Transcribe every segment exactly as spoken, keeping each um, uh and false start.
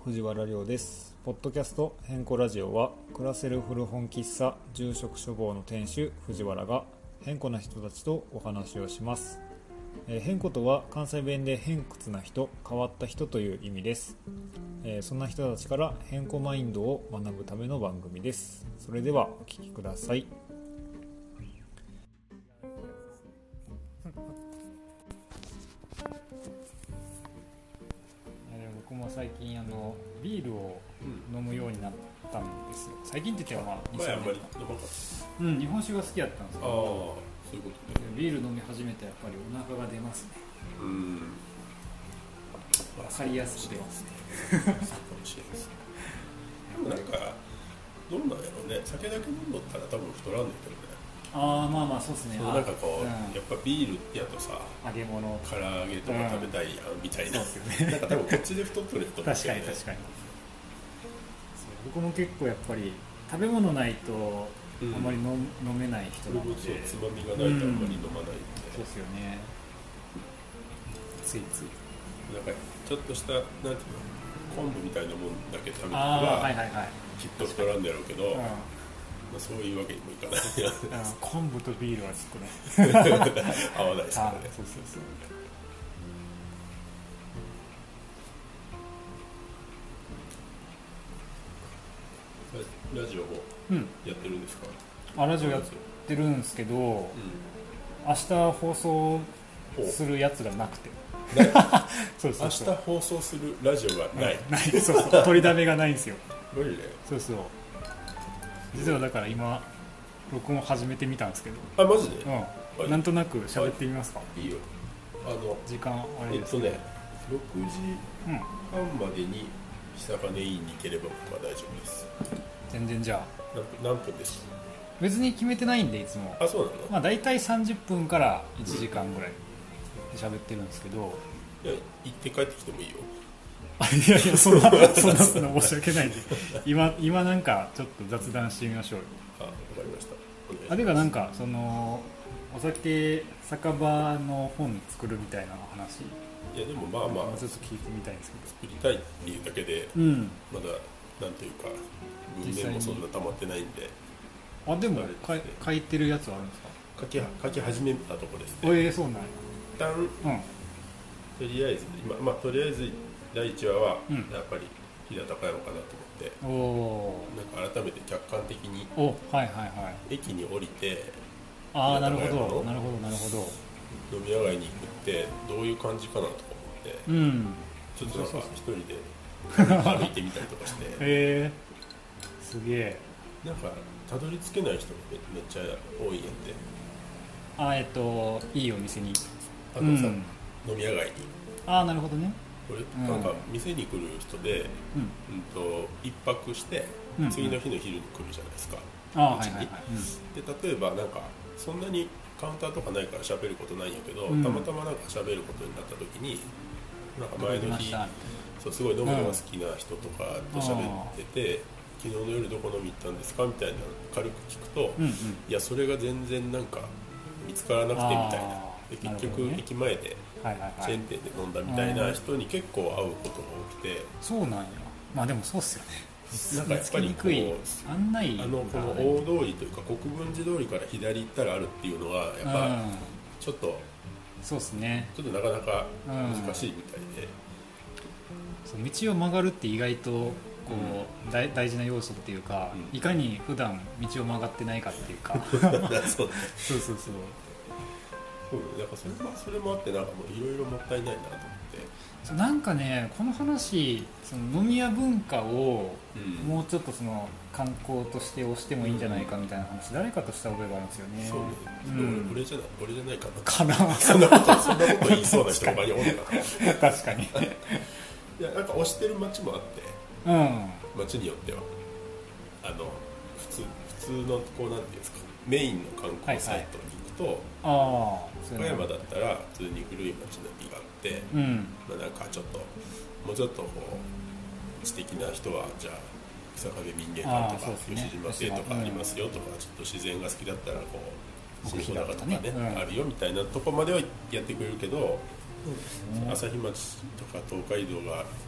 藤原亮です。ポッドキャスト変更ラジオは暮らせる古本喫茶住職処房の店主藤原が変更な人たちとお話をします。えー、変更とは関西弁で偏屈な人、変わった人という意味です。えー、そんな人たちから変更マインドを学ぶための番組です。それではお聞きください。僕も最近あのビールを飲むようになったんですよ。最近って言ってはまあにさんねんか、うん、日本酒が好きだったんですけど、あ、 そういうことね。 ビール飲み始めてやっぱりお腹が出ますね。 うん、 わかりやすく出ますね。 そうかもしれないですね。でもなんかどうなんやろうね。酒だけ飲んどったら多分太らんねんけどね。 ああ、まあまあそうですね。 そうなんかこう、うん、やっぱビールやとさ、 揚げ物、 唐揚げとか食べたいやん、うん、みたいな。 そうですよね。 なんか多分こっちで太っとる人もいる、ね、 確かに確かに。僕も結構やっぱり食べ物ないとあまり 飲,、うん、飲めない人なので、 つまみがないとあんまり飲まないんで、 うん、そうですよね。ついついなんかちょっとしたなんていうの、昆布みたいなもんだけ食べたら、 はいはいはい、 きっと太らんだろうけど、うん、まあ、そういうわけにもいかない。 昆布とビールはちょっとね合わないですからね。 そうそうそう。 ラジオもやってるんですか？ うん、あ、ラジオやってるんですけど、うん、明日放送するやつがなくてそうそうそう、 明日放送するラジオがない、 うん、ない、そうそう、取りだめがないんですよ。 無理で。 そうそう、実はだから今録音始めてみたんですけど。 あ、マジで？ うん、なんとなく喋ってみますか？ いいよ。あの時間あれですえっとね、ろくじはんまでに久金井に行ければ僕は大丈夫です。 全然。じゃあ何分です？ 別に決めてないんで、いつも。 あ、そうなの？ まあ大体さんじゅっぷんからいちじかんぐらいで喋ってるんですけど、 いや、行って帰ってきてもいいよ。 あ、いやいや、そんなそんなそんな申し訳ないんで今今なんかちょっと雑談してみましょうよ。 あ、わかりました。 あれがなんかそのお酒酒場の本作るみたいな話。 いやでもまあまあちょっと聞いてみたいんですけど、 作りたいっていうだけで、うん、まだなんというか文面もそんな溜まってないんで。 あ、でもか書いてるやつはあるんですか？ 書き書き始めたとこですね。 ええー、そうなんや。 一旦、うん、とりあえず今、まあ、とりあえずだいいちわはやっぱり飛騨高山かなと思って、うん、なんか改めて客観的に、 お、はいはいはい、 駅に降りて、 ああ、なるほどなるほどなるほど、 飲み屋街に行くってどういう感じかなとか思って、うん、ちょっとなんか一人で歩いてみたりとかしてへえー、すげえ。 なんかたどり着けない人がめっちゃ多いんやって。 あ、えっといいお店に、 あとさ、うん、飲み屋街に。 ああ、なるほどね。 これなんか店に来る人で、うんうん、と一泊して次の日の昼に来るじゃないですか、 うん、あ、はいはいはい、うん、 で例えばなんかそんなにカウンターとかないから喋ることないんやけど、うん、たまたまなんか喋ることになった時になんか前の日そうすごい飲むのが好きな人とかと喋ってて、うん、昨日の夜どこ飲み行ったんですかみたいな軽く聞くと、うんうん、いやそれが全然なんか見つからなくてみたいな、で結局駅前でチェーン店で飲んだみたいな人に結構会うことが多くて。 そうなんや。まあでもそうっすよね。 なんかやっぱりこう案内あのこの大通りというか国分寺通りから左行ったらあるっていうのはやっぱちょっと、うん、 そうですね、 ちょっとなかなか難しいみたいで、 うん、そう道を曲がるって意外とこう、うん、大, 大事な要素っていうか、うん、いかに普段道を曲がってないかっていうかそうそうそうそうだからそれもそれもあってなんかもういろいろもったいないなと思って、 なんかね、この話その飲み屋文化をもうちょっとその観光として推してもいいんじゃないかみたいな話、誰かとした覚えがあるんですよね。 そうね、うん、俺じゃない俺じゃないかなかなそんなことそんなこと言いそうな人がいるのかな確かにいやなんか推してる街もあって、うん、街によってはあの普通普通のこうなんていうんですか、メインの観光サイトに行くと、はいはい、あ岡山だったら普通に古い街並みがあって、うん、まあ、なんかちょっともうちょっとこう知的な人はじゃあ草壁民芸館とか、ね、吉島亭とかありますよとか、うん、ちょっと自然が好きだったらこう新穂高とかね、うん、あるよみたいなとこまではやってくれるけど、うん、朝日町とか東海道が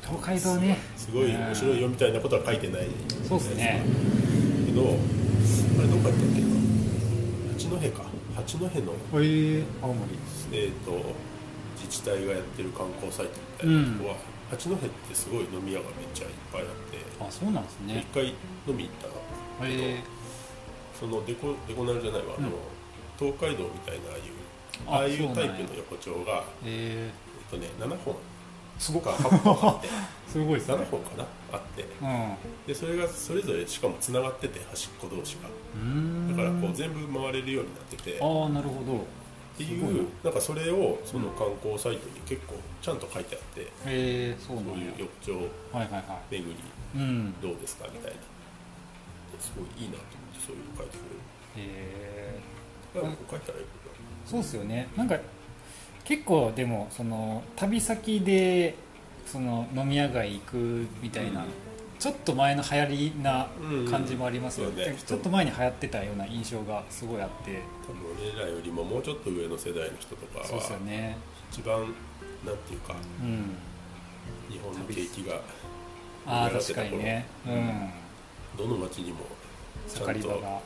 東海道ねすごい面白いよみたいなことは書いてない、 そうですねけど、あれどこやったっけな、八戸か、八戸の、 えー、青森えーと自治体がやってる観光サイトみたいなとこは、うん、八戸ってすごい飲み屋がめっちゃいっぱいあって、 あ、そうなんですね。 一回飲みに行ったけど、えー、そのデコデコナルじゃないわ、うん、あの東海道みたいなああいうああいうタイプの横丁が、えー、えっとねななほんすごくはっぽんあってすごいですね、 ななほんかなあって、うん、でそれがそれぞれしかもつながってて端っこ同士が、だからこう全部回れるようになってて、 ああなるほどっていうなんかそれをその観光サイトに結構ちゃんと書いてあって、 へ、うん、そうそういう横丁巡りどうですかみたいな、すごいいいなと思ってそういうの書いてくれる。へえ、書いたらいいことだ。 そうですよね。なんか結構でもその旅先でその飲み屋街行くみたいな、うん、ちょっと前の流行りな感じもありますよね、うんうん、ちょっと前に流行ってたような印象がすごいあって、 多分俺らよりももうちょっと上の世代の人とかはそうですよ、ね、一番なんていうか、うん、日本の景気があ確かにね、うん、 どの町にもちゃんと歓楽街があって、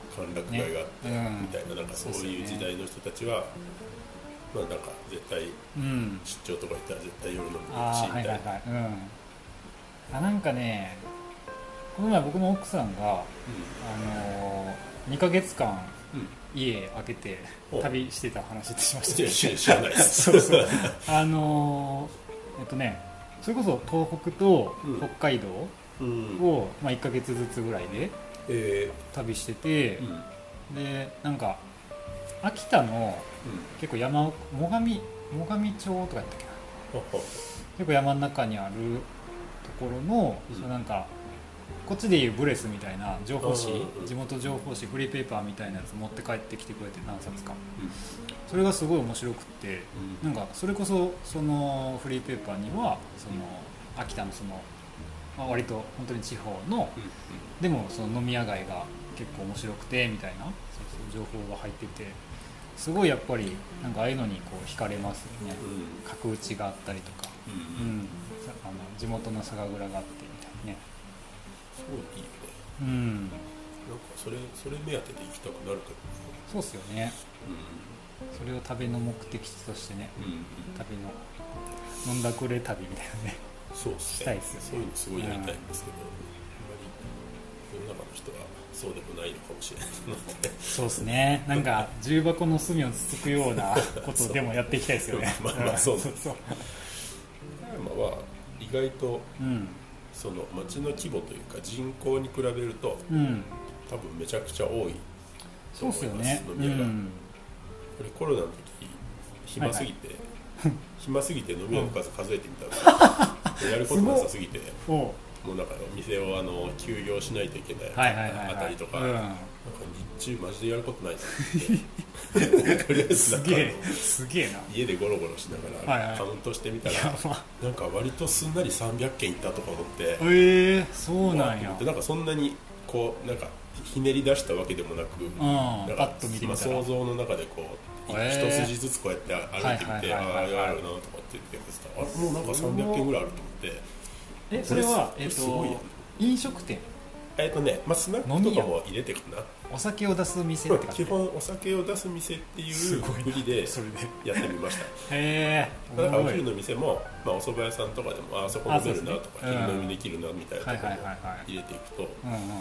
ね、うん、みたいな、なんかそういう時代の人たちは、まあなんか絶対、うん、出張とか行ったら絶対夜飲みに行くしみたいな、はいはいはい、 うん、あなんかねこの前僕の奥さんが、うん、あのー、にかげつかん家開けて旅してた話ってしました、ね、 知らないですそうそうあのー、えっとねそれこそ東北と北海道を、うんまあ、いっかげつずつぐらいで旅してて、えーうん、でなんか秋田の結構山最上最上町とかやったっけな結構山の中にあるところの、うん、そのなんかこっちでいうブレスみたいな情報誌、うん、地元情報誌フリーペーパーみたいなやつ持って帰ってきてくれて何冊か、うん、それがすごい面白くって、うん、なんかそれこそそのフリーペーパーにはその秋田のその、まあ、割と本当に地方の、うん、でもその飲み屋街が結構面白くてみたいなそうそう情報が入っててすごいやっぱりなんかああいうのにこう惹かれますよね、うん、角打ちがあったりとか、うんうん、あの地元の酒蔵があってみたいなねすごいいいよね、うん、なんかそれそれ目当てで行きたくなるけどね。 そうっすよね、うん、それを旅の目的地としてね、うん、旅の飲んだくれ旅みたいなねそうっすねしたいっすよね。 そういうのすごいやりたいんですけど、うん、あんまり世の中の人はそうでもないのかもしれないそうですね、なんか重箱の隅をつつくようなことでもやっていきたいですよねまあまあそうそうそうまあ意外と、うん、その町の規模というか人口に比べると、うん、多分めちゃくちゃ多いと思います。そうですよね、飲み屋が、うん、これコロナの時暇すぎて、はいはい、暇すぎて飲み屋の数数えてみたら、うん、やることなさすぎてもうなんかお店をあの休業しないといけないあたりとか、はいはいはいはい、なんか日中マジでやることないですとりあえずなんかすげえな家でゴロゴロしながらカウントしてみたら、はいはい、なんか割とすんなりさんびゃっけんいったとか思って、 えー、そうなんや。 なんかそんなにこうなんかひねり出したわけでもなく、うん、なんかまあ想像の中でこう一筋ずつこうやって歩いてみて、あああるなとかって言ってあれもうなんかさんびゃっけんぐらいあると思って。 えそれは、えー、と飲食店えっ、ー、とね、まあ、スナックとかも入れてかな。 お酒を出す店って感じ。 基本お酒を出す店っていうふりでやってみました。へえ。だからお昼の店も、まあ、お蕎麦屋さんとかでも あ, あそこ飲めるなとか、昼飲みできるなみたいなところを入れていくと、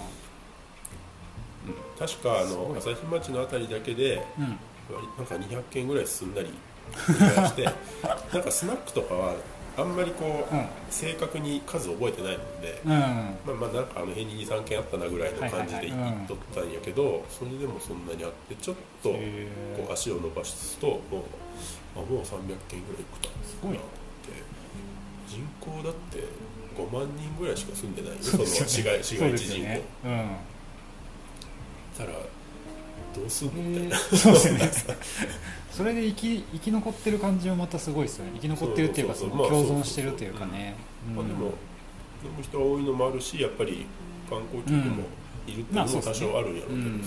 確かあの朝日町のあたりだけで、うん、なんかにひゃっけんぐらいすんなりしてなんかスナックとかはあんまりこう、うん、正確に数覚えてないので、うん、まあまあなんかあの辺ににさんけんあったなぐらいの感じで行っとったんやけど、それでもそんなにあってちょっとこう足を伸ばすともうあもうさんびゃっけんぐらい行くとすごいなって。人口だってごまんにんぐらいしか住んでないよ、その市街市街地人口、ねうん、たらどうすんのみたいな、そうですねそれで生き、生き残ってる感じもまたすごいですよね。生き残ってるっていうか、その共存してるっていうかね。 まあでも飲む人が多いのもあるし、やっぱり観光客もいるっていうのも多少あるんやろうけど、そういうのも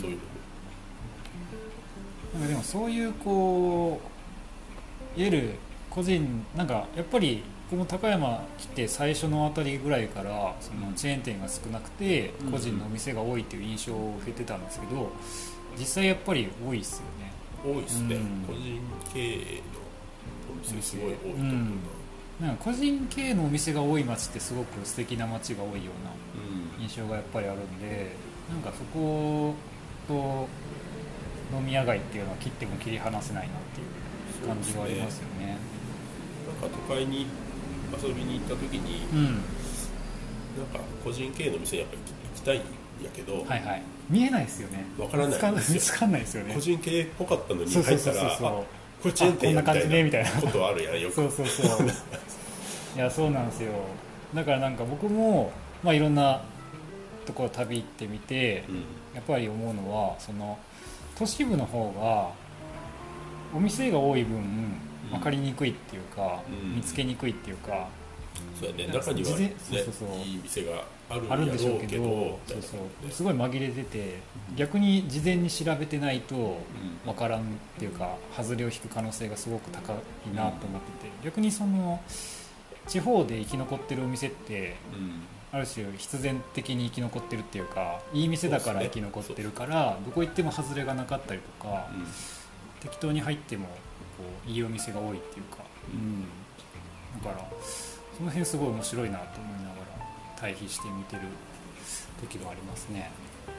なんかでもそういうこういわゆる個人なんかやっぱり僕も高山来て最初のあたりぐらいからそのチェーン店が少なくて個人のお店が多いっていう印象を受けてたんですけど、実際やっぱり多いですよね。 多いですね、うん、個人経営のお店すごい多いと思うな、うん、 なんか個人経営のお店が多い街ってすごく素敵な街が多いような印象がやっぱりあるんで、なんかそこと飲み屋街っていうのは切っても切り離せないなっていう感じがありますよね。ね、 なんか都会に遊びに行った時に、うん、なんか個人経営の店にやっぱり行きたいんやけど、 はいはい、見えないですよね。 わからないんですよ。 見つかんないですよね。 個人経営っぽかったのに入ったら、これチェーン店やみたいなことあるやんよく。 そうそうそういやそうなんですよ。だからなんか僕も、まあ、いろんなところ旅行ってみて、うん、やっぱり思うのはその都市部の方がお店が多い分分かりにくいっていうか、うん、見つけにくいっていうか、 そうやね、中には、ね、そうそうそういい店があるんでしょうけど、 そうそうすごい紛れてて、逆に事前に調べてないと分からんっていうか、外れを引く可能性がすごく高いなと思ってて、逆にその地方で生き残ってるお店って、ある種必然的に生き残ってるっていうか、いい店だから生き残ってるから、どこ行っても外れがなかったりとか、適当に入ってもこういいお店が多いっていうか、うん、だからその辺すごい面白いなと思いながら対比して見てる時がありますね。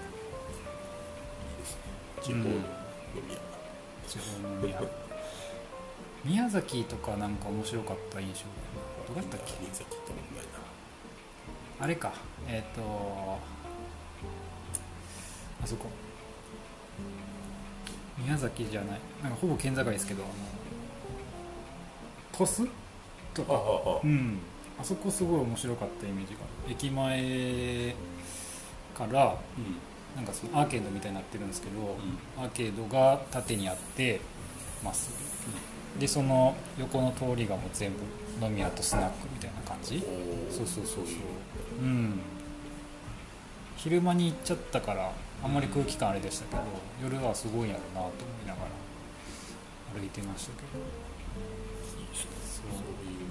いいですね。地方の宮、うん、 地方の宮宮崎とかなんか面白かった印象どうだったっけ。 宮崎ともないな。 あれか、えっ、ー、とあそこ宮崎じゃない、なんかほぼ県境ですけど、あの鳥栖とか、あ, あ, あ, うん、あそこすごい面白かったイメージが、駅前から、うん、なんかそのアーケードみたいになってるんですけど、うん、アーケードが縦にあってまっすぐ、うん、でその横の通りがもう全部飲み屋とスナックみたいな感じ。そうそうそうそう、うん、昼間に行っちゃったからあんまり空気感あれでしたけど、夜はすごいんやろうなと思いながら歩いてましたけど。 いいですね、そういう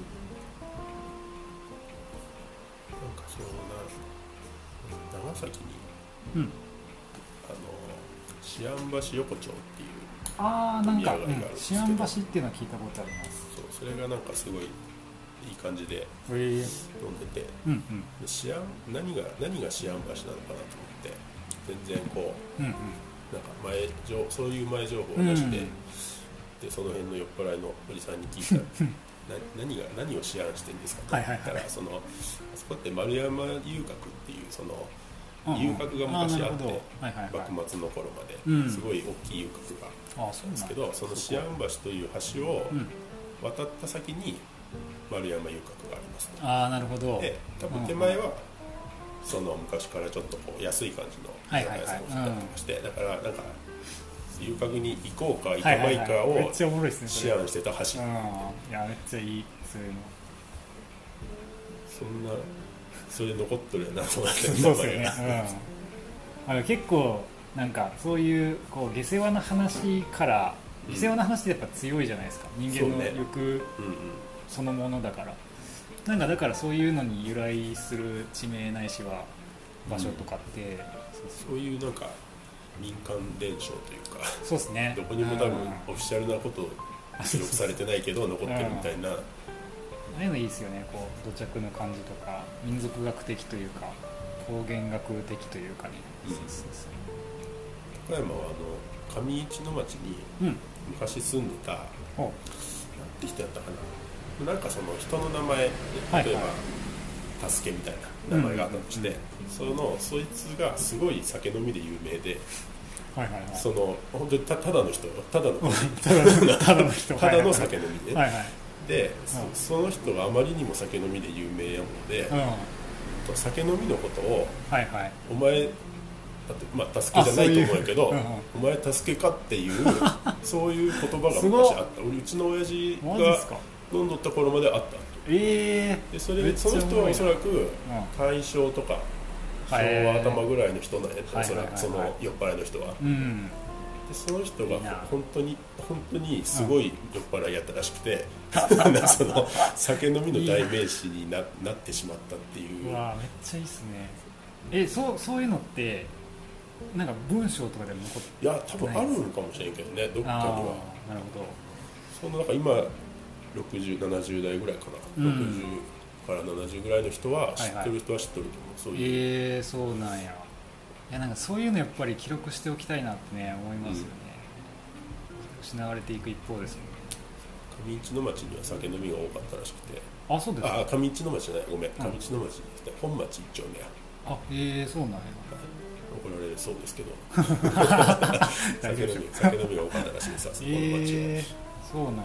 なんかそうな長崎に、うん、あの思案橋横丁っていうあなんか、うん、思案橋っていうのは聞いたことあります。 そう、それがなんかすごいいい感じで飲んでて、 うんうん、 で思案何が何が思案橋なのかなと思って全然こう、うんうん、なんか前情そういう前情報を出して、うんうん、でその辺の酔っ払いのおじさんに聞いたらな何が何を思案してんですかと言ったら、はいはいはい、そのあそこって丸山遊郭っていうその遊郭が昔あって、はいはいはい、幕末の頃まですごい大きい遊郭があったんですけど、うん、その思案橋という橋を渡った先に丸山遊郭があります、ね、 ああなるほど。 で多分手前はその昔からちょっとこう安い感じの居酒屋さんを振ったりとかして、だからなんか遊郭に行こうか行かないかを思案してた橋。 いやめっちゃいい、そういうのそんなそれ残っとるやなと思って。 そうですよね、うん、あの結構なんかそういうこう下世話な話から下世話な話ってやっぱ強いじゃないですか、うん、人間の欲そのものだから、なんかだからそういうのに由来する地名ないしは場所とかって、うん、 そういうなんか民間伝承というか、 そうですね、 どこにも多分オフィシャルなこと記録されてないけど残ってるみたいな、 ああいうのいいですよね、こう土着の感じとか民族学的というか方言学的というかね、うん、そうそうそう。 高山はあの上市の町に昔住んでた、うん、なんて人やったかな、なんかその人の名前で例えば、はいはい、助けみたいな名前があったとして、うん、そのそいつがすごい酒飲みで有名で、はいはいはい、その本当に た, ただの人ただのただの人ただの酒飲みで、 はいはい、 で、うん、そ, その人があまりにも酒飲みで有名やもので、うん、酒飲みのことを、はいはい、お前だって、まあ、助けじゃないと思うんやけど、うんうん、お前助けかっていうそういう言葉が昔あった。俺うちの親父が飲んどった頃まであった。 えー、 でそれその人はおそらく大正とか昭和頭ぐらいの人なんやった、おそらくその酔っ払いの人は、うん、 でその人が本当に本当にすごい酔っ払いやったらしくて、うん、その酒飲みの代名詞に な, なってしまったっていう。 うわめっちゃいいっすね。え そ, そういうのってなんか文章とかでも残っていや多分あるのかもしれんけどね、どっかには。なるほど。そのなんか今ろくじゅう、ななじゅう代ぐらいかな、うん、ろくじゅうからななじゅうぐらいの人は知ってる人は知ってると思う、はいはい、そういう。 えー、そうなんや。いやなんかそういうのやっぱり記録しておきたいなってね思いますよね、うん、失われていく一方ですもんね。 上市の町には酒飲みが多かったらしくて。 あ、そうですか。 あ、上市の町じゃない、ごめん、上市の町に本町一丁目や。 あ、えー、そうなんや。 怒られるそうですけど酒飲み酒飲みが多かったらしいですよ、そこの町は。 えー、そうなんや。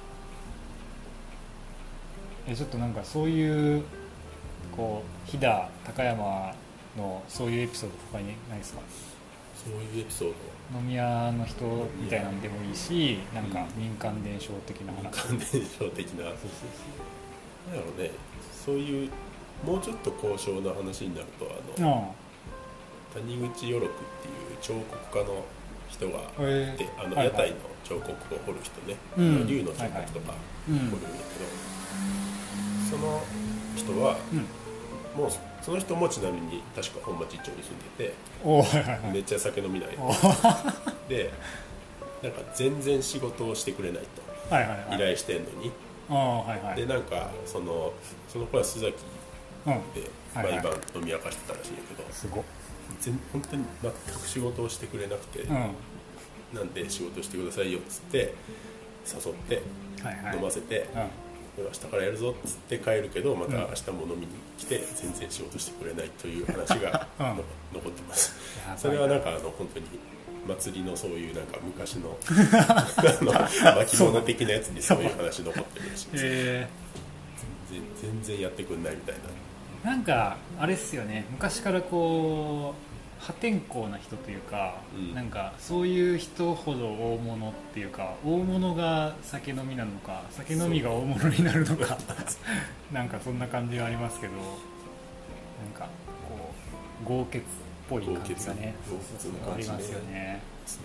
えちょっとなんかそういうこう飛騨高山のそういうエピソード他にないですか？ そういうエピソード、 飲み屋の人みたいなんでもいいし、なんか民間伝承的な話。 民間伝承的な。そうそうそう。なんやろうね、そういうもうちょっと高尚な話になると、あの、うん、谷口与六っていう彫刻家の人がいて、えー、あの屋台の彫刻を彫る人ね、はいはい、竜の彫刻とか彫るんだけど、はいはい、うん、その人は、うん、もうその人もちなみに確か本町一丁に住んでて、お、はいはいはい、めっちゃ酒飲みないで、なんか全然仕事をしてくれないと、はいはいはい、依頼してんのに。あ、はいはい、でなんかそのその子は須崎で、うん、毎晩飲み明かしてたらしいんやけど、すご全本当に全く仕事をしてくれなくて、うん、なんで仕事してくださいよっつって誘って飲ませて、はいはい、うん、明日からやるぞっつって帰るけど、また明日も飲みに来て全然仕事してくれないという話が、うん、残ってます。それはなんかあの本当に祭りのそういうなんか昔の巻物的なやつにそういう話残ってるらしいです、えー、全然、全然やってくんないみたいな。なんかあれっすよね、昔からこう破天荒な人というか、うん、なんかそういう人ほど大物っていうか、大物が酒飲みなのか酒飲みが大物になるのかなんかそんな感じはありますけど、なんかこう豪傑っぽい感じがね、ありますよね。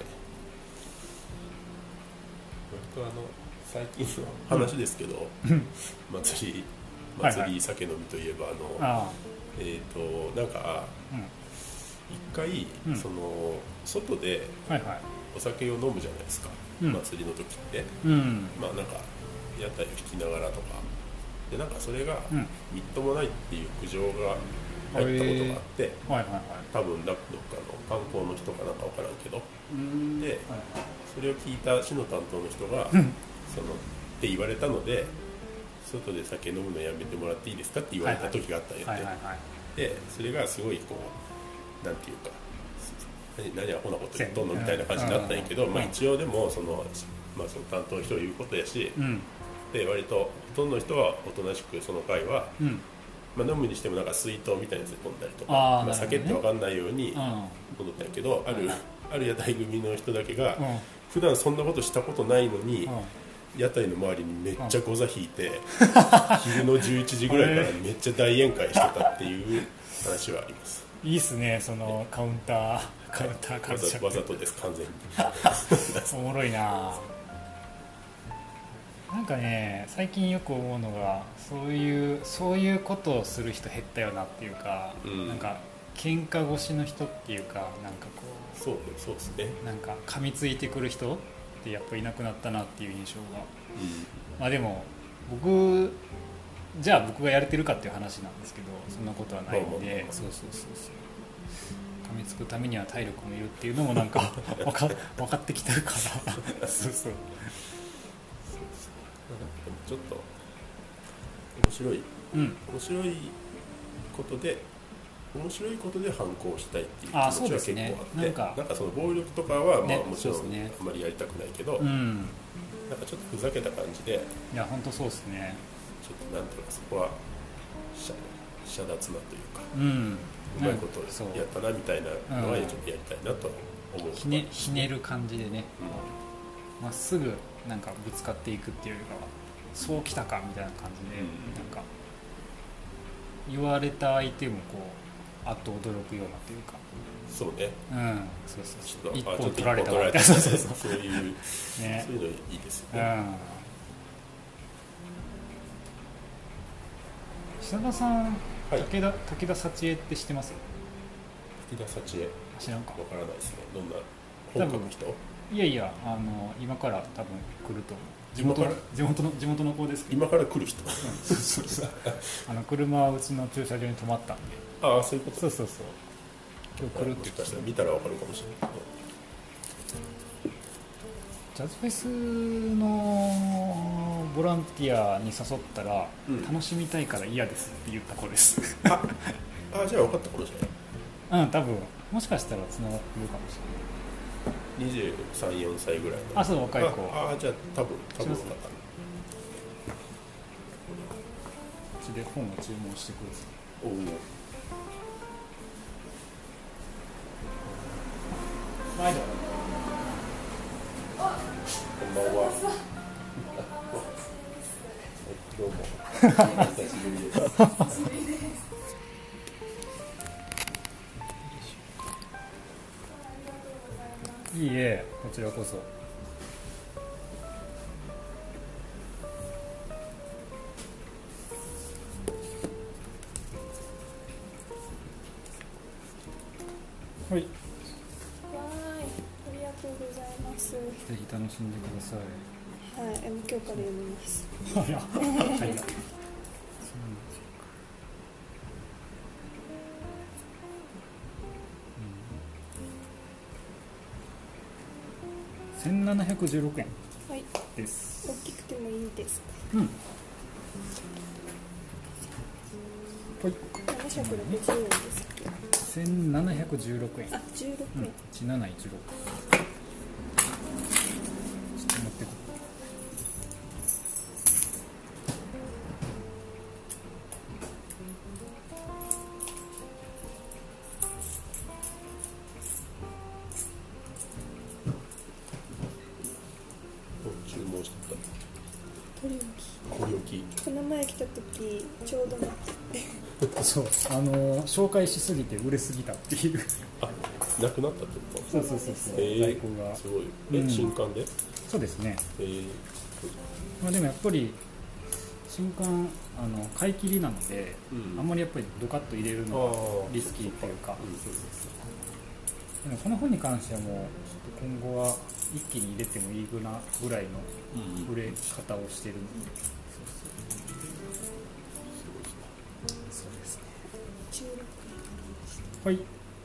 割とあの最近の話ですけど、うん、祭り祭り酒飲みといえば、あの、あえっ、ー、となんか一、うん、回、うん、その外でお酒を飲むじゃないですか、うん、祭りの時って、うん、まあなんか屋台を引きながらとかで、なんかそれがみっともないっていう苦情が入ったことがあって、はいはいはい、多分どっかの観光の人かなんか分からんけど、で、はいはい、それを聞いた市の担当の人が、うん、そのって言われたので、外で酒飲むのやめてもらっていいですかって言われた時があったんやって、はいはいはいはい、でそれがすごいこうなんていうか何何アホなこと言っとんのみたいな感じになったんやけど、まあ、一応でもその、まあ、その担当の人が言うことやし、うん、で割とほとんどの人はおとなしくその会は、うん、まあ、飲むにしてもなんか水筒みたいなやつで飲んだりとか、あ、まあ、酒って分かんないように飲んだんやけど、うん、ある、ある屋台組の人だけが、うん、普段そんなことしたことないのに、うん、屋台の周りにめっちゃゴザ引いて、うん、昼のじゅういちじぐらいからめっちゃ大宴会してたっていう話はあります。いいっすね、そのカウンターカウンターカルチャー、わざとです完全におもろいな。なんかね、最近よく思うのが、そういうそういうことをする人減ったよなっていうか、うん、なんか喧嘩腰の人っていうか、なんかこう、そうそうですね、なんか噛みついてくる人ってやっぱいなくなったなっていう印象が、うん、まあでも僕じゃあ僕がやれてるかっていう話なんですけど、そんなことはないんで、そうそうそうそう、噛みつくためには体力もいるっていうのもなんか分か、分かってきてるからそうそう、ちょっと面白い、うん、面白いことで面白いことで反抗したいっていう気持ちは結構あって、ね、なんか、なんかその暴力とかは、まあ、もちろんあんまりやりたくないけど、ね、うん、なんかちょっとふざけた感じで、いや本当そうですね、ちょっとなんていうか、そこは遮奪なというか、うん、うまいことやったなみたいなのはちょっとやりたいなと思う、ひね、ひねる感じでね、ま、うん、っすぐなんかぶつかっていくっていうよりかは、そうきたかみたいな感じで、うん、なんか言われた相手もこうあっと驚くようなというか、 そうね、 うん、そうそうそう、一本取られたわみたいな、 そうそうそう、そういう、ね、そういうのいいですよね。うん、 久田さん、はい、武田武田幸恵って知ってます？ 武田幸恵、 知らんか。 わからないですね。どんな本書く人？いやいや、あの今から多分来ると思う。地元の地元の地元の子ですけど。 今から来る人。 そうそうそう。あの車はうちの駐車場に止まったんで。 ああ、そういうこと。 そうそうそう。今日来るって言ったら見たらわかるかもしれない。 ジャズフェスのボランティアに誘ったら、うん、楽しみたいから嫌ですって言った子です。 ああ、じゃあ分かった子じゃない。うん、多分もしかしたらつながってるかもしれない。 にじゅうさん、よんさいぐらいの。 あ、そう、若い子。 ああ、じゃあ多分多分分かった。うちで本を注文してください。おお。毎度。 こんばんは。どうも。久しぶりです。 いいえ、こちらこそ。はい。 わーい、ありがとうございます。ぜひ楽しんでください。はい、今日から読みます。 はい。はい。せんななひゃくじゅうろくえんです。 はい、大きくてもいいですか？ うん。はい。 ななひゃくろくじゅうえんですっけ？ せんななひゃくじゅうろくえん。 あ、じゅうろくえん。うん、いちなないちろく。ちょっと持ってくる。 取り置き。この前来た時ちょうどなってそう、あの紹介しすぎて売れすぎたっていう。 あ、なくなったってこと？ そうそうそうそう。 えー、在庫がすごい。え、うん、新刊で？ そうですね。 えー、 まあでもやっぱり新刊あの買い切りなので、うん、あんまりやっぱりドカッと入れるのがリスキーっていうか。でもこの本に関してはもうちょっと今後は一気に入れてもいいぐらいの売れ方をしてるので、そうですね。 じゅうろくえん。 はい。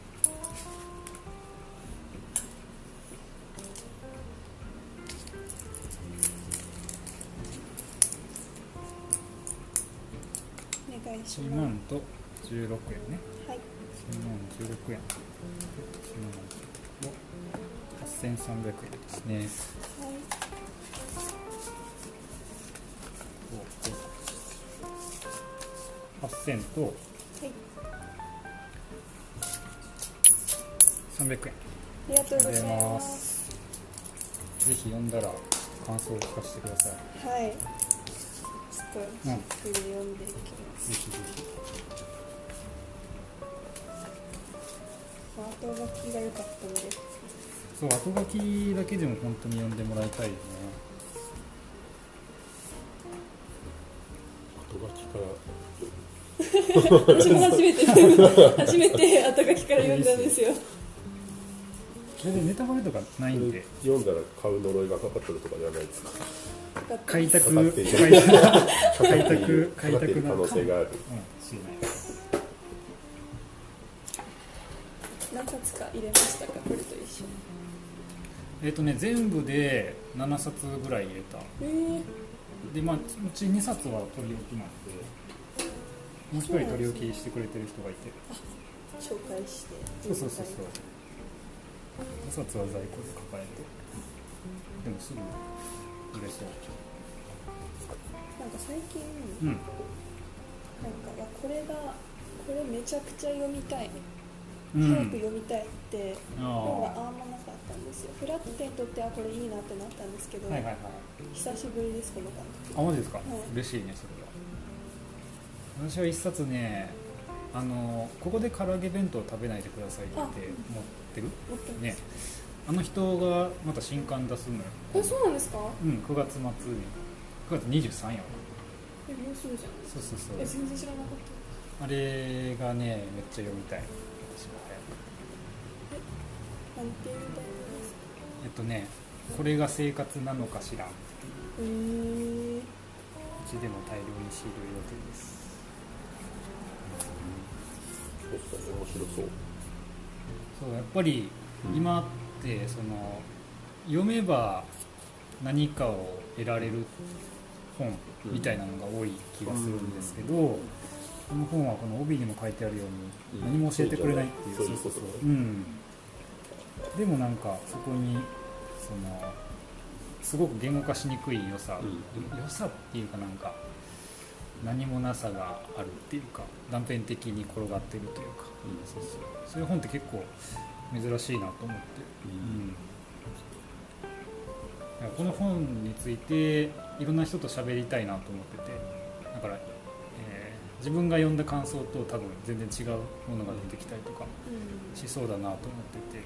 お願いします。 いちまんとじゅうろくえんね。 はい。いちまんじゅうろくえん。はっせんさんびゃくえんですね。はい。はっせんと、はい、さんびゃくえん。 ありがとうございます。 ぜひ読んだら感想を聞かせてください。 はい。ちょっとじっくり読んでいきます。ぜひぜひ。後書きが良かったので。 そう、後書きだけでも本当に読んでもらいたいよね。 後書きから私も初めて初めて後書きから読んだんですよ。 それでネタバレとかないんで。 読んだら買う呪いがかかってるとかじゃないですか。 開拓開拓開拓可能性がある。 何冊か入れましたか、これと一緒に。 えっとね、全部でななさつぐらい入れた。 えー、 で、まあうちにさつは取り置きなんで、もう一人取り置きしてくれてる人がいて、 紹介して。 そうそうそうそう。にさつは在庫で抱えて、でもすぐ売れそう。 なんか最近、 うん、なんかいやこれがこれめちゃくちゃ読みたい。早く読みたいって本があんまなかったんですよ。フラットにとってはこれいいなってなったんですけど、はいはいはい、久しぶりですこの感覚。 あ、マジですか、はい、嬉しいねそれは。私はいっさつね、 あのここで唐揚げ弁当食べないでくださいって持ってる持ってますね。あの人がまた新刊出すのよ。 え、そうなんですか？ うん、くがつ末にくがつにじゅうさんやわ。 え、もうすぐじゃん。 そうそうそう。 え、全然知らなかった。 あれがねめっちゃ読みたい。私もえ、なんていう題名ですか？ えっとねこれが生活なのかしら。 へえー。 うちでも大量に仕入れる予定です。 確かに面白そう。 そうやっぱり今ってその読めば何かを得られる本みたいなのが多い気がするんですけど、この本はこの帯にも書いてあるように何も教えてくれないっていう、 そういうことね。 うん、でもなんかそこにそのすごく言語化しにくい良さ、うん、良さっていうかなんか何もなさがあるっていうか断片的に転がってるというか、うん、そうそうそういう本って結構珍しいなと思って、うんうん、この本についていろんな人と喋りたいなと思ってて、だから、えー、自分が読んだ感想と多分全然違うものが出てきたりとかしそうだなと思ってて、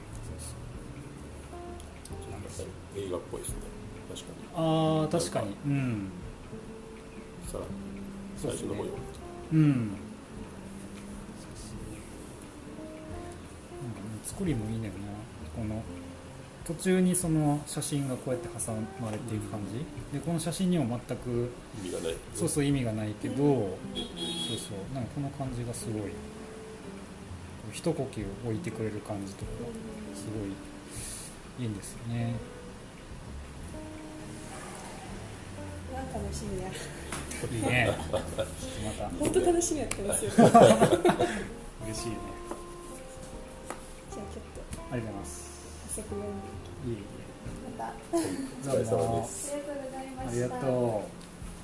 なんか映画っぽいですね。確かに。 ああ確かに。うん。 さらに最初の方読むと。 うん。なんか、ね、作りもいいねんな。この途中にその写真がこうやって挟まれていく感じ、うん、でこの写真にも全く意味がない。 そうそう意味がないけど、そうそうなんかこの感じがすごい一呼吸置いてくれる感じとかすごいいいんですよね。 楽しみや。 いいね。また本当楽しみやってますよ。 嬉しいね。 じゃあちょっとありがとうございます。 早速読んで。 いい。 また。 お疲れ様です。 ありがとうございました。 ありがとう。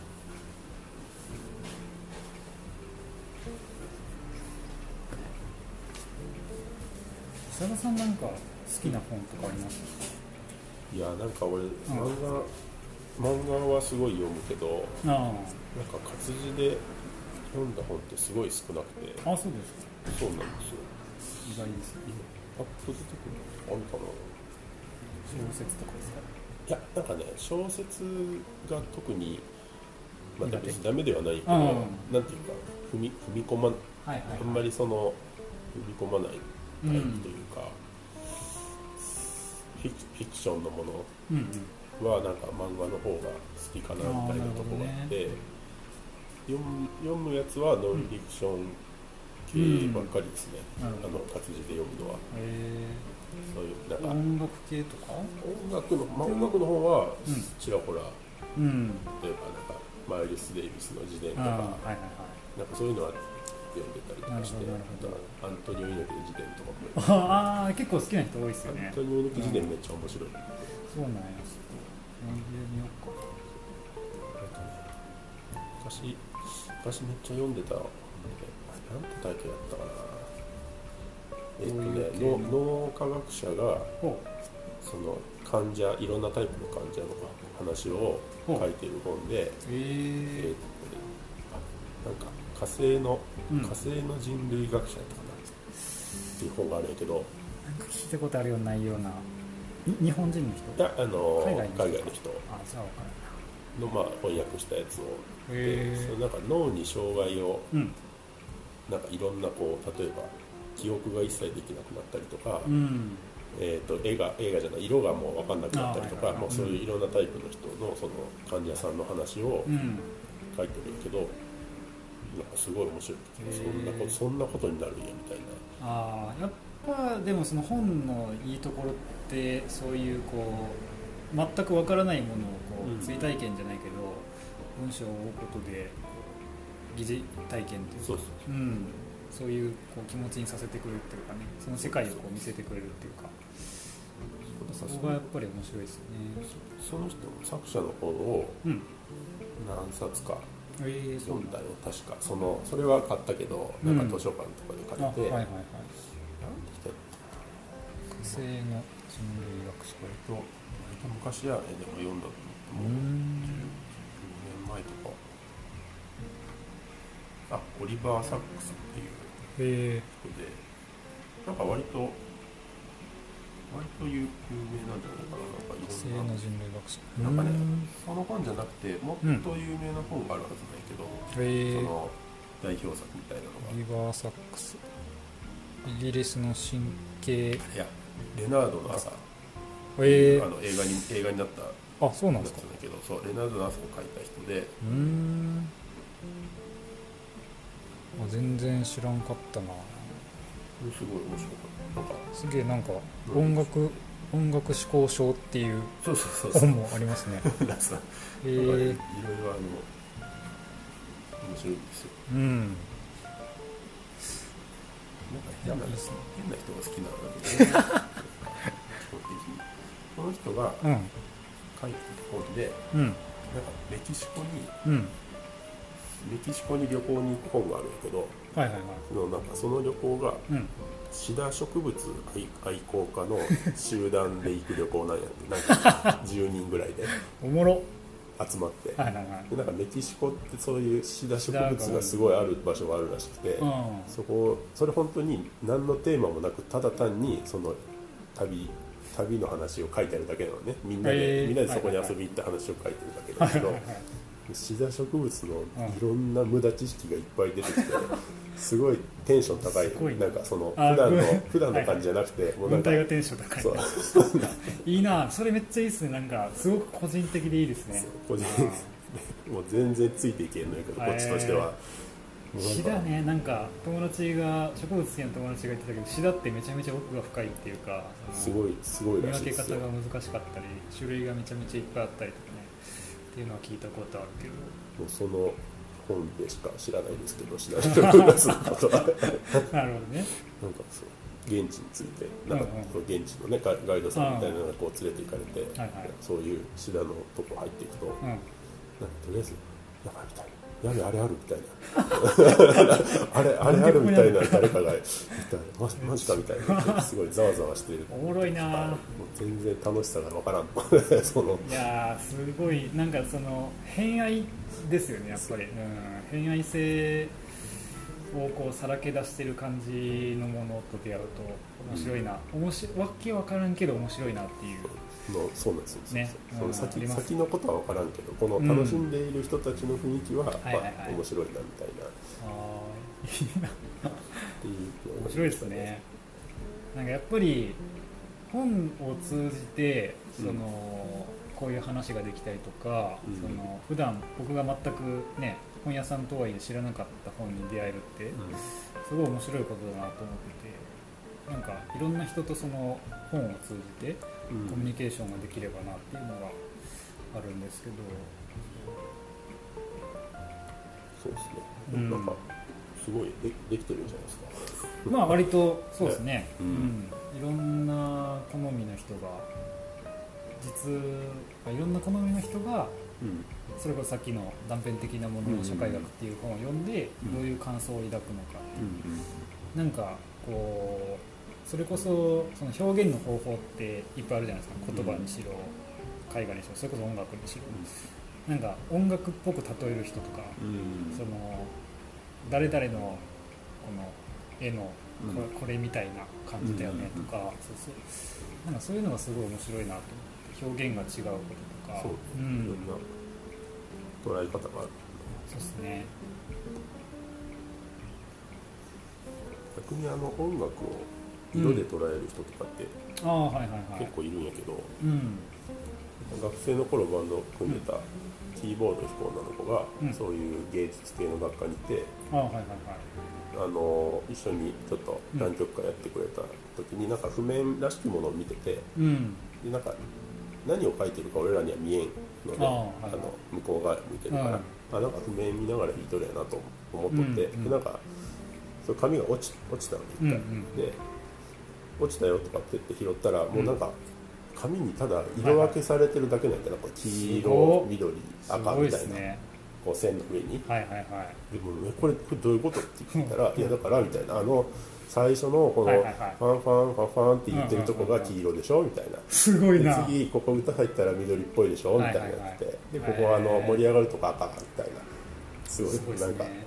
佐田さんなんか好きな本とかあります？ いやなんか俺、うん、漫画漫画はすごい読むけど、あなんか活字で読んだ本ってすごい少なくて。 あ、そうですか。 そうなんですよ。 意外ですね。 パッと出てくるのあるかな。 小説とかですか？ いやなんかね小説が特にまあ別にダメではないけど、なんていうか踏み踏み込ま、はいはいはい、あんまりその踏み込まないタイプというか、うん、フィク、フィクションのものはなんか漫画の方が好きかなみたいなところがあって、ね、読む、読むやつはノンフィクション系ばっかりですね、うん、あの活字で読むのは。へそういうなんか音楽系とか音楽の、まあ、音楽の方はちらほら、うん、例えばなんかマイルス・デイビスの自伝とか、はいはいはい、なんかそういうのは読んでたりとかして、アントニオ猪木の自伝とかもああ結構好きな人多いですよね。 アントニオ猪木自伝めっちゃ面白い、うん、 そうなんや。ちょっと読んでみようか。 えっとね昔昔めっちゃ読んでたなんてタイトルやったかな。えっとね、脳, 脳科学者がその患者いろんなタイプの患者の話を書いている本で、えー、なんか火星の、うん、火星の人類学者とかなっていう本があるんやけど、 なんか聞いたことあるようなないような日本人の人？ いやあの海外の人、海外の人あじゃあ分からの、まあ、翻訳したやつをでそのなんか脳に障害を、うん、なんかいろんなこう例えば記憶が一切できなくなったりとか、うんえー、と映画映画じゃない色がもう分かんなくなったりとか、もうそういういろんなタイプの人のその患者さんの話を書いてるけど、なんかすごい面白い。そんなことそんなことになるんやみたいな。 ああやっぱでもその本のいいところってそういうこう全く分からないものをこう追体験じゃないけど、うん、文章を追うことで疑似体験というか。そうそうそう、うんそういうこう気持ちにさせてくれるっていうかね、その世界をこう見せてくれるっていうか、そこがやっぱり面白いですよね。 その人の作者の本を何冊か読んだよ、うん、確かそのそれは買ったけど、うん、なんか図書館とかで借りて、はいはいはい、なんて言った火星の人類学者と昔やねでも読んだと思う。じゅうねんまえとか。あ、オリバー・サックスっていうでなんか割と割と有名なんじゃないかな。なんかいろんな火星の人類学者なんかねその本じゃなくてもっと有名な本があるはずないけど、うん、その代表作みたいなのがリバーサックスイギリスの神経いやレナードの朝、 えー、 あの映画に映画になったあそうなんですか。 だけどそうレナードの朝を書いた人でうーんあ全然知らんかったな。 すごい面白かった。なんかすげえなんか音楽、うん、音楽思考症っていう本もありますね。 えー、いろいろあの面白いんですよ。 うん。 なんか変な、ね、変な人が好きなんだけど、ね、基本的にこの人が書いてた本で、うん、なんかメキシコに、うん、メキシコに旅行に行く本があるんだけど、はいはいはい、のなんかその旅行が、うん、シダ植物愛好家の集団で行く旅行なんやってなんかじゅうにんぐらいでおもろ集まって、はいはいはい、でなんかメキシコってそういうシダ植物がすごいある場所があるらしくて、うん、そこそれ本当に何のテーマもなくただ単にその旅旅の話を書いてあるだけなのね。みんなで、えー、みんなでそこに遊び行った話を書いてるだけだけど、はいはいはい、シダ植物のいろんな無駄知識がいっぱい出てきて、すごいテンション高い。なんかその普段の普段の感じじゃなくて、はいはい、 もうなんか文体がテンション高い。そういいな、それめっちゃいいですね。なんかすごく個人的でいいですね。 個人もう全然ついていけんのやけど、こっちとしては。 シダね、なんか友達が植物好きな友達が言ってたけど、シダってめちゃめちゃ奥が深いっていうか、 すごいすごいらしいですよ。 見分け方が難しかったり、種類がめちゃめちゃいっぱいあったりとかね。っていうのは聞いたことあるけど、 もうその本でしか知らないですけど、知らない植物のことはなるほどね。なんかそう現地についてなんか現地のねガイドさんみたいなのがこう連れて行かれて、はいはい、そういうシダのとこ入っていくと、うん、なんかとりあえずやばいみたいな。やべあれあるみたいなあれあれあるみたいな誰かがマジマジかみたいなすごいざわざわしてる。 おもろいな。もう全然楽しさがわからんそのいやすごいなんかその偏愛ですよねやっぱり、うん、偏愛性をこうさらけ出してる感じのものと出会うと面白いな、うん、面白わけわからんけど面白いなっていうのそうなんですよ、ね、その 先, 先のことは分からんけどこの楽しんでいる人たちの雰囲気は、うんまあはいはいはい、面白いなみたいな。 あいいなっていう面白いですね。なんかやっぱり本を通じてその、うん、こういう話ができたりとか、うん、その普段僕が全くね本屋さんとはいえ知らなかった本に出会えるって、うん、すごい面白いことだなと思ってて、なんかいろんな人とその本を通じてコミュニケーションができればなっていうのがあるんですけど、 そうですね、うん、なんかすごい で, できてるんじゃないですかまあ割とそうですね、うん、いろんな好みの人が実いろんな好みの人が、うん、それこそさっきの断片的なものの社会学っていう本を読んで、うん、どういう感想を抱くのかっていう、うん、なんかこうそれこそその表現の方法っていっぱいあるじゃないですか。言葉にしろ絵画にしろそれこそ音楽にしろ、うん、なんか音楽っぽく例える人とか、うん、その誰々のこの絵のこれ、これみたいな感じだよねとか、うん、そうそうなんかそういうのがすごい面白いなと思って、表現が違うこととか、 そう、うん、いろんな捉え方がある。 そうですね。 逆にあの音楽を色で捉える人とかって結構いるんやけど、うん、学生の頃バンド組んでたキーボード弾く女の子が、うん、そういう芸術系の学科にいて、あ、はいはいはい、あの一緒にちょっと何曲かやってくれた時に、うん、なんか譜面らしきものを見てて、うん、でなんか何を書いてるか俺らには見えんので、あ、はいはい、あの向こう側見てるから、あ、なんか譜面見ながら弾いとるやなと思っとって、うんうん、でなんかその紙が落ち、落ちたのに一回、うんうん、で落ちたよとかって言って拾ったら、もうなんか紙にただ色分けされてるだけなんだよ、はいはい、黄色、緑、赤みたいな、ね、こう線の上に、はいはいはい、でもえこれ、これどういうことって聞いたら、いやだからみたいな、あの最初のこのファンファンファンファンって言ってるとこが黄色でしょみたいな、 すごいな。 次ここ歌入ったら緑っぽいでしょみたいなやって、でここはあの盛り上がるとこ赤みたいな、すごいなんか、あ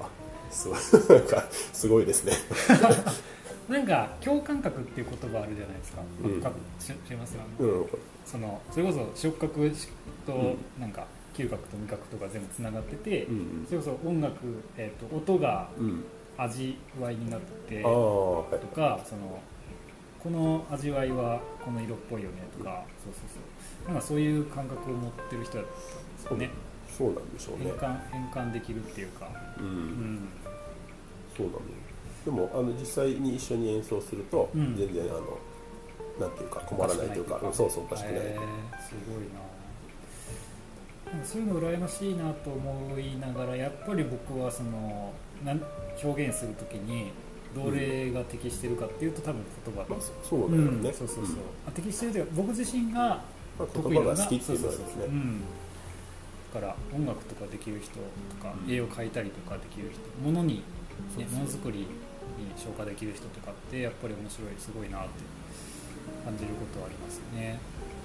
すごいなんかすごいですねなんか共感覚っていう言葉あるじゃないですか、うん、知りますか、うん、そのそれこそ触覚となんか嗅覚と味覚とか全部つながってて、うん、それこそ音楽、えー、と音が味わいになって、うん、とかそのこの味わいはこの色っぽいよねとか、そうそうそう、なんかそういう感覚を持ってる人だったんですよね。 そうなんでしょうね。 変換、変換できるっていうか、うん、うん、 そうなの。でもあの実際に一緒に演奏すると、うん、全然あのなんていうか困らないというか、うん、そうそうおかしくない。えー、すごいな。そういうの羨ましいなと思いながら、やっぱり僕はそのなん表現するときにどれが適してるかっていうと、多分言葉、 まあ、そうだよね、うん、 そうそうそう、うん、適してるというか僕自身が得意なのが、 言葉が好きっていうのはですね、 だから音楽とかできる人とか、うん、絵を描いたりとかできる人、ものに、ね、ものづくりに消化できる人とかってやっぱり面白い、すごいなって感じることはありますね。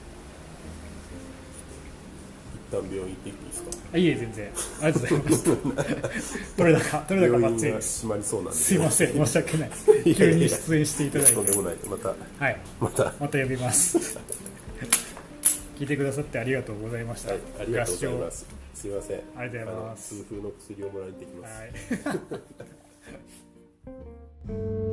一旦病院行っていいですか？ あ、いえ、全然ありがとうございます取れ高取れ高バッチリです。 閉まりそうなんで、 すいません、申し訳ない急に出演していただいて。 とんでもない、また、 はい、 またまた呼びます聞いてくださってありがとうございました。はい、 ありがとうございます。すいません、 ありがとうございます。 痛風の薬をもらいに行ってきます。はい